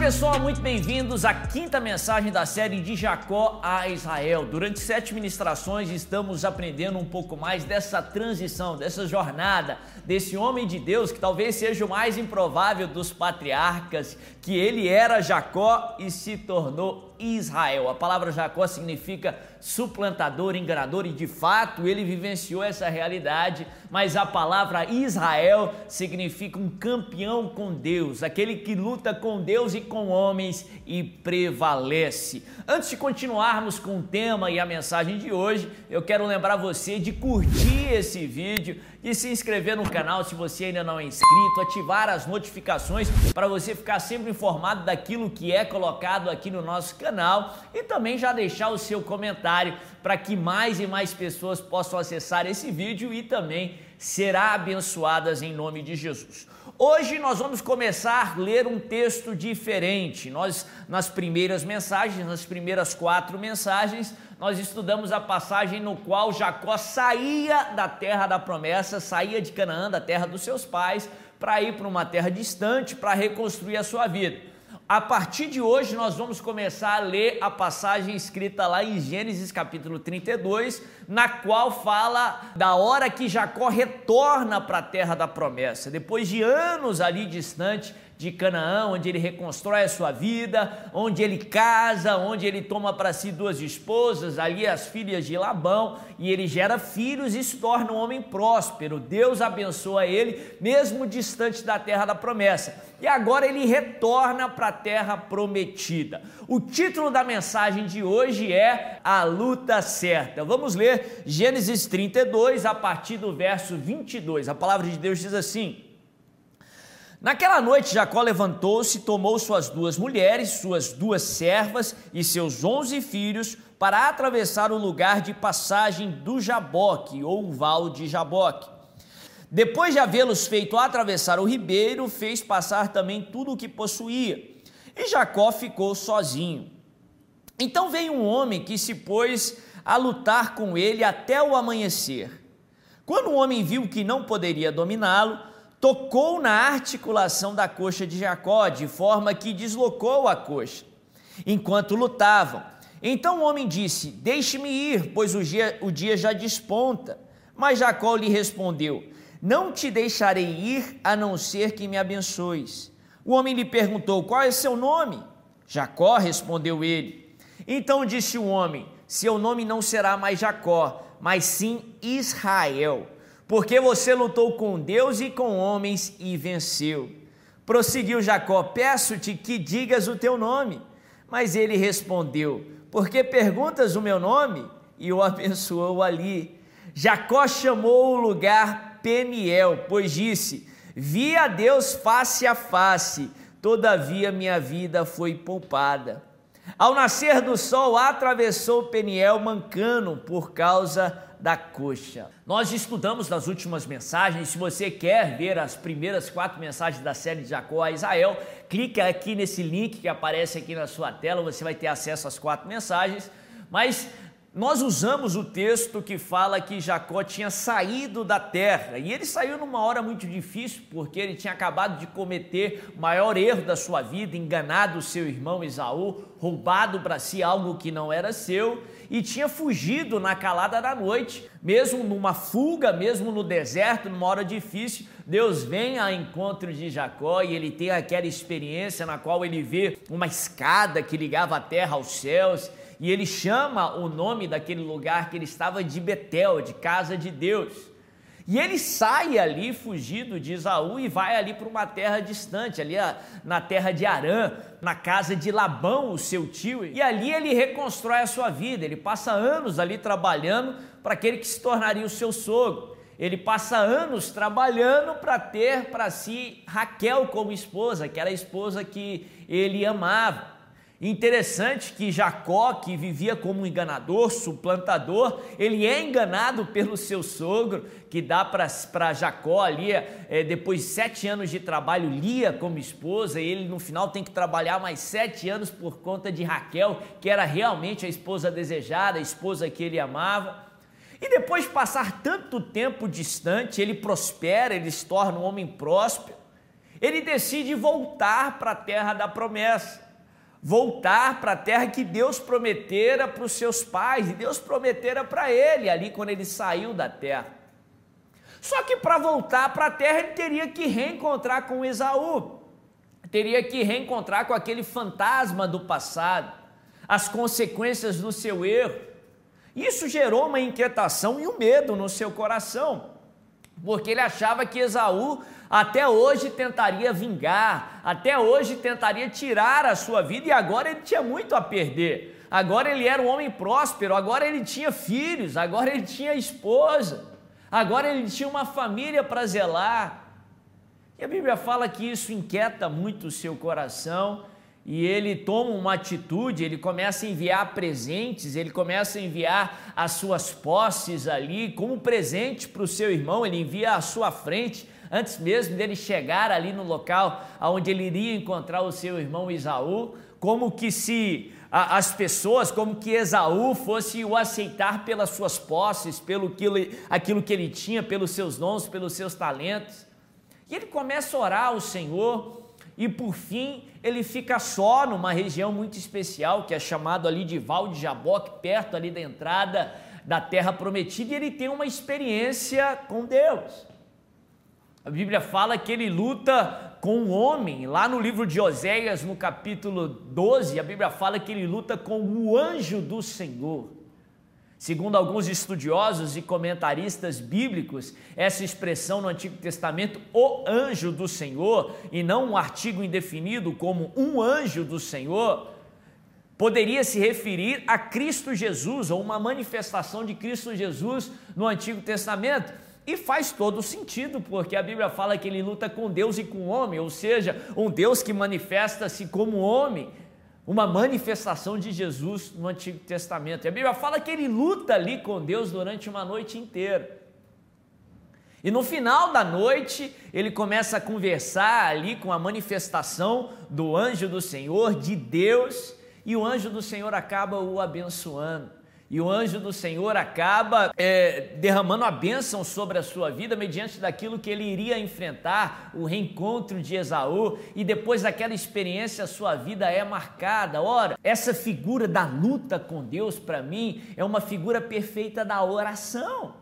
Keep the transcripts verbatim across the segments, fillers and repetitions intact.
pessoal, muito bem-vindos à quinta mensagem da série de Jacó a Israel. Durante sete ministrações estamos aprendendo um pouco mais dessa transição, dessa jornada, desse homem de Deus que talvez seja o mais improvável dos patriarcas, que ele era Jacó e se tornou Israel. A palavra Jacó significa suplantador, enganador, e de fato ele vivenciou essa realidade, mas a palavra Israel significa um campeão com Deus, aquele que luta com Deus e com homens e prevalece. Antes de continuarmos com o tema e a mensagem de hoje, eu quero lembrar você de curtir esse vídeo, de se inscrever no canal se você ainda não é inscrito, ativar as notificações para você ficar sempre informado daquilo que é colocado aqui no nosso canal e também já deixar o seu comentário para que mais e mais pessoas possam acessar esse vídeo e também será abençoadas em nome de Jesus. Hoje nós vamos começar a ler um texto diferente. Nós, nas primeiras mensagens, nas primeiras quatro mensagens, nós estudamos a passagem no qual Jacó saía da terra da promessa, saía de Canaã, da terra dos seus pais, para ir para uma terra distante, para reconstruir a sua vida. A partir de hoje nós vamos começar a ler a passagem escrita lá em Gênesis capítulo trinta e dois, na qual fala da hora que Jacó retorna para a terra da promessa, depois de anos ali distante de Canaã, onde ele reconstrói a sua vida, onde ele casa, onde ele toma para si duas esposas, ali as filhas de Labão, e ele gera filhos e se torna um homem próspero. Deus abençoa ele, mesmo distante da terra da promessa. E agora ele retorna para a terra prometida. O título da mensagem de hoje é A Luta Certa. Vamos ler Gênesis trinta e dois, a partir do verso vinte e dois. A palavra de Deus diz assim: Naquela noite Jacó levantou-se, tomou suas duas mulheres, suas duas servas e seus onze filhos para atravessar o lugar de passagem do Jaboque, ou o val de Jaboque. Depois de havê-los feito atravessar o ribeiro, fez passar também tudo o que possuía, e Jacó ficou sozinho. Então veio um homem que se pôs a lutar com ele até o amanhecer. Quando o homem viu que não poderia dominá-lo, tocou na articulação da coxa de Jacó, de forma que deslocou a coxa, enquanto lutavam. Então o homem disse: Deixe-me ir, pois o dia, o dia já desponta. Mas Jacó lhe respondeu: Não te deixarei ir, a não ser que me abençoes. O homem lhe perguntou: Qual é seu nome? Jacó, respondeu ele. Então disse o homem: Seu nome não será mais Jacó, mas sim Israel, porque você lutou com Deus e com homens e venceu. Prosseguiu Jacó: Peço-te que digas o teu nome. Mas ele respondeu: Por que perguntas o meu nome? E o abençoou ali. Jacó chamou o lugar Peniel, pois disse: Vi a Deus face a face, todavia minha vida foi poupada. Ao nascer do sol, atravessou Peniel mancando por causa da coxa. Nós estudamos nas últimas mensagens. Se você quer ver as primeiras quatro mensagens da série de Jacó a Israel, clica aqui nesse link que aparece aqui na sua tela, você vai ter acesso às quatro mensagens. Mas nós usamos o texto que fala que Jacó tinha saído da terra, e ele saiu numa hora muito difícil, porque ele tinha acabado de cometer o maior erro da sua vida, enganado o seu irmão Esaú, roubado para si algo que não era seu, e tinha fugido na calada da noite. Mesmo numa fuga, mesmo no deserto, numa hora difícil, Deus vem ao encontro de Jacó e ele tem aquela experiência na qual ele vê uma escada que ligava a terra aos céus, e ele chama o nome daquele lugar que ele estava de Betel, de casa de Deus. E ele sai ali fugido de Esaú e vai ali para uma terra distante, ali na terra de Arã, na casa de Labão, o seu tio. E ali ele reconstrói a sua vida, ele passa anos ali trabalhando para aquele que se tornaria o seu sogro. Ele passa anos trabalhando para ter para si Raquel como esposa, que era a esposa que ele amava. Interessante que Jacó, que vivia como um enganador, suplantador, ele é enganado pelo seu sogro, que dá para Jacó ali, é, depois de sete anos de trabalho, Lia como esposa, e ele no final tem que trabalhar mais sete anos por conta de Raquel, que era realmente a esposa desejada, a esposa que ele amava. E depois de passar tanto tempo distante, ele prospera, ele se torna um homem próspero. ele decide voltar para a terra da promessa, voltar para a terra que Deus prometera para os seus pais, e Deus prometera para ele ali quando ele saiu da terra. Só que para voltar para a terra ele teria que reencontrar com Esaú, teria que reencontrar com aquele fantasma do passado, as consequências do seu erro. Isso gerou uma inquietação e um medo no seu coração, porque ele achava que Esaú até hoje tentaria vingar, até hoje tentaria tirar a sua vida, e agora ele tinha muito a perder. Agora ele era um homem próspero, agora ele tinha filhos, agora ele tinha esposa, agora ele tinha uma família para zelar. E a Bíblia fala que isso inquieta muito o seu coração, e ele toma uma atitude, ele começa a enviar presentes, ele começa a enviar as suas posses ali como presente para o seu irmão, ele envia à sua frente, antes mesmo dele chegar ali no local onde ele iria encontrar o seu irmão Esaú, como que se a, as pessoas, como que Esaú fosse o aceitar pelas suas posses, pelo que ele, aquilo que ele tinha, pelos seus dons, pelos seus talentos. E ele começa a orar ao Senhor, e por fim ele fica só numa região muito especial, que é chamado ali de Val de Jaboque, perto ali da entrada da terra prometida, e ele tem uma experiência com Deus. A Bíblia fala que ele luta com um homem, lá no livro de Oséias, no capítulo doze, a Bíblia fala que ele luta com o anjo do Senhor. Segundo alguns estudiosos e comentaristas bíblicos, essa expressão no Antigo Testamento, o anjo do Senhor, e não um artigo indefinido como um anjo do Senhor, poderia se referir a Cristo Jesus, ou uma manifestação de Cristo Jesus no Antigo Testamento. E faz todo sentido, porque a Bíblia fala que ele luta com Deus e com o homem, ou seja, um Deus que manifesta-se como homem, uma manifestação de Jesus no Antigo Testamento. E a Bíblia fala que ele luta ali com Deus durante uma noite inteira. E no final da noite, ele começa a conversar ali com a manifestação do anjo do Senhor, de Deus, e o anjo do Senhor acaba o abençoando. E o anjo do Senhor acaba é, derramando a bênção sobre a sua vida mediante daquilo que ele iria enfrentar, o reencontro de Esaú, e depois daquela experiência a sua vida é marcada. Ora, essa figura da luta com Deus para mim é uma figura perfeita da oração.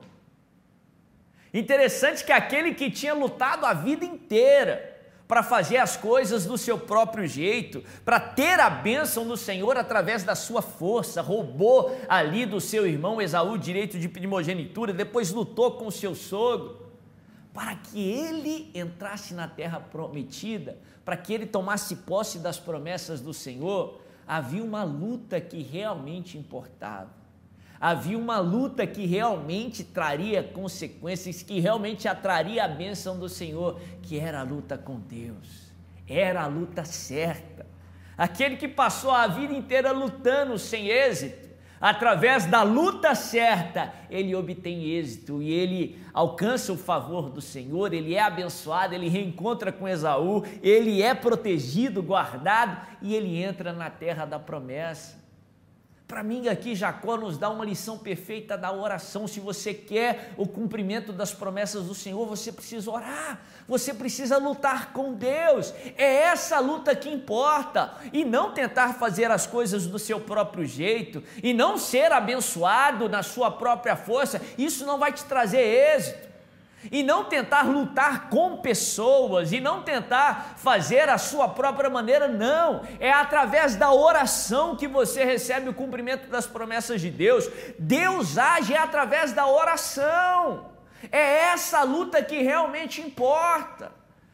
Interessante que aquele que tinha lutado a vida inteira para fazer as coisas do seu próprio jeito, para ter a bênção do Senhor através da sua força, roubou ali do seu irmão Esaú o direito de primogenitura, depois lutou com o seu sogro, para que ele entrasse na terra prometida, para que ele tomasse posse das promessas do Senhor. Havia uma luta que realmente importava. Havia uma luta que realmente traria consequências, que realmente atraria a bênção do Senhor, que era a luta com Deus, era a luta certa. Aquele que passou a vida inteira lutando sem êxito, através da luta certa, ele obtém êxito e ele alcança o favor do Senhor, ele é abençoado, ele reencontra com Esaú, ele é protegido, guardado e ele entra na terra da promessa. Para mim aqui Jacó nos dá uma lição perfeita da oração. Se você quer o cumprimento das promessas do Senhor, você precisa orar, você precisa lutar com Deus, é essa luta que importa, e não tentar fazer as coisas do seu próprio jeito, e não ser abençoado na sua própria força. Isso não vai te trazer êxito. E não tentar lutar com pessoas, e não tentar fazer a sua própria maneira, não, é através da oração que você recebe o cumprimento das promessas de Deus. Deus age através da oração, é essa luta que realmente importa.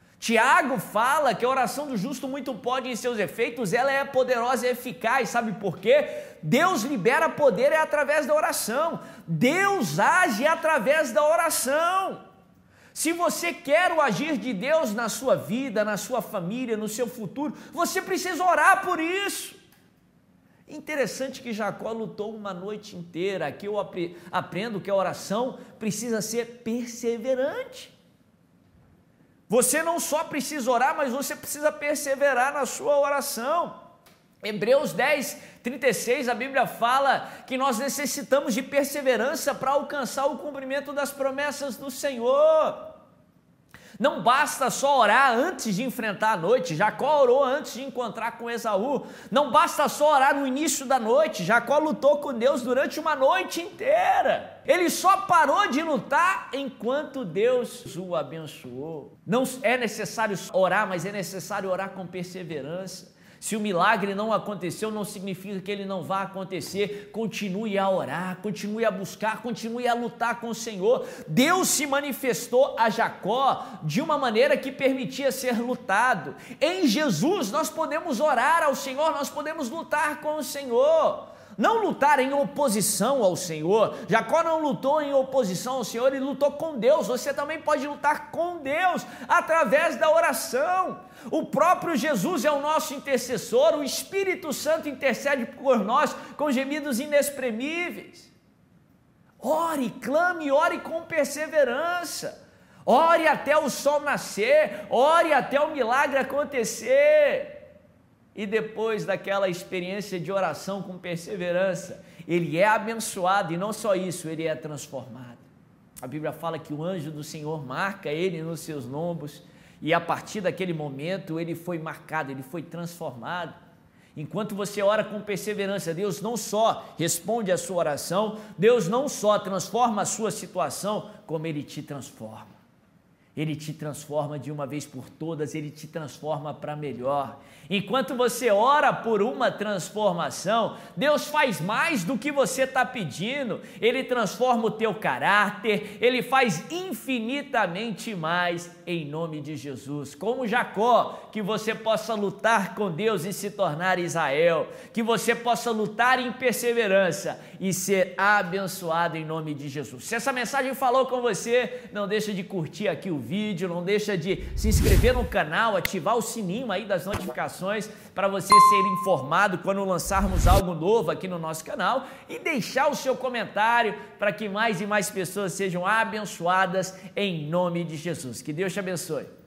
Tiago fala que a oração do justo muito pode em seus efeitos, ela é poderosa e eficaz. Sabe por quê? Deus libera poder é através da oração, Deus age através da oração. Se você quer o agir de Deus na sua vida, na sua família, no seu futuro, você precisa orar por isso. Interessante que Jacó lutou uma noite inteira. Aqui eu aprendo que a oração precisa ser perseverante. Você não só precisa orar, mas você precisa perseverar na sua oração. Hebreus dez, trinta e seis, a Bíblia fala que nós necessitamos de perseverança para alcançar o cumprimento das promessas do Senhor. Não basta só orar antes de enfrentar a noite, Jacó orou antes de encontrar com Esaú. Não basta só orar no início da noite, Jacó lutou com Deus durante uma noite inteira. Ele só parou de lutar enquanto Deus o abençoou. Não é necessário orar, mas é necessário orar com perseverança. Se o milagre não aconteceu, não significa que ele não vá acontecer. Continue a orar, continue a buscar, continue a lutar com o Senhor. Deus se manifestou a Jacó de uma maneira que permitia ser lutado. Em Jesus nós podemos orar ao Senhor, nós podemos lutar com o Senhor. Não lutar em oposição ao Senhor. Jacó não lutou em oposição ao Senhor, ele lutou com Deus. Você também pode lutar com Deus através da oração. O próprio Jesus é o nosso intercessor, o Espírito Santo intercede por nós com gemidos inexprimíveis. Ore, clame, ore com perseverança. Ore até o sol nascer, ore até o milagre acontecer. E depois daquela experiência de oração com perseverança, ele é abençoado e não só isso, ele é transformado. A Bíblia fala que o anjo do Senhor marca ele nos seus lombos e a partir daquele momento ele foi marcado, ele foi transformado. Enquanto você ora com perseverança, Deus não só responde a sua oração, Deus não só transforma a sua situação, como ele te transforma. Ele te transforma de uma vez por todas, ele te transforma para melhor. Enquanto você ora por uma transformação, Deus faz mais do que você está pedindo. Ele transforma o teu caráter, ele faz infinitamente mais em nome de Jesus. Como Jacó, que você possa lutar com Deus e se tornar Israel, que você possa lutar em perseverança e ser abençoado em nome de Jesus. Se essa mensagem falou com você, não deixa de curtir aqui o vídeo, não deixa de se inscrever no canal, ativar o sininho aí das notificações para você ser informado quando lançarmos algo novo aqui no nosso canal e deixar o seu comentário para que mais e mais pessoas sejam abençoadas em nome de Jesus. Que Deus te abençoe.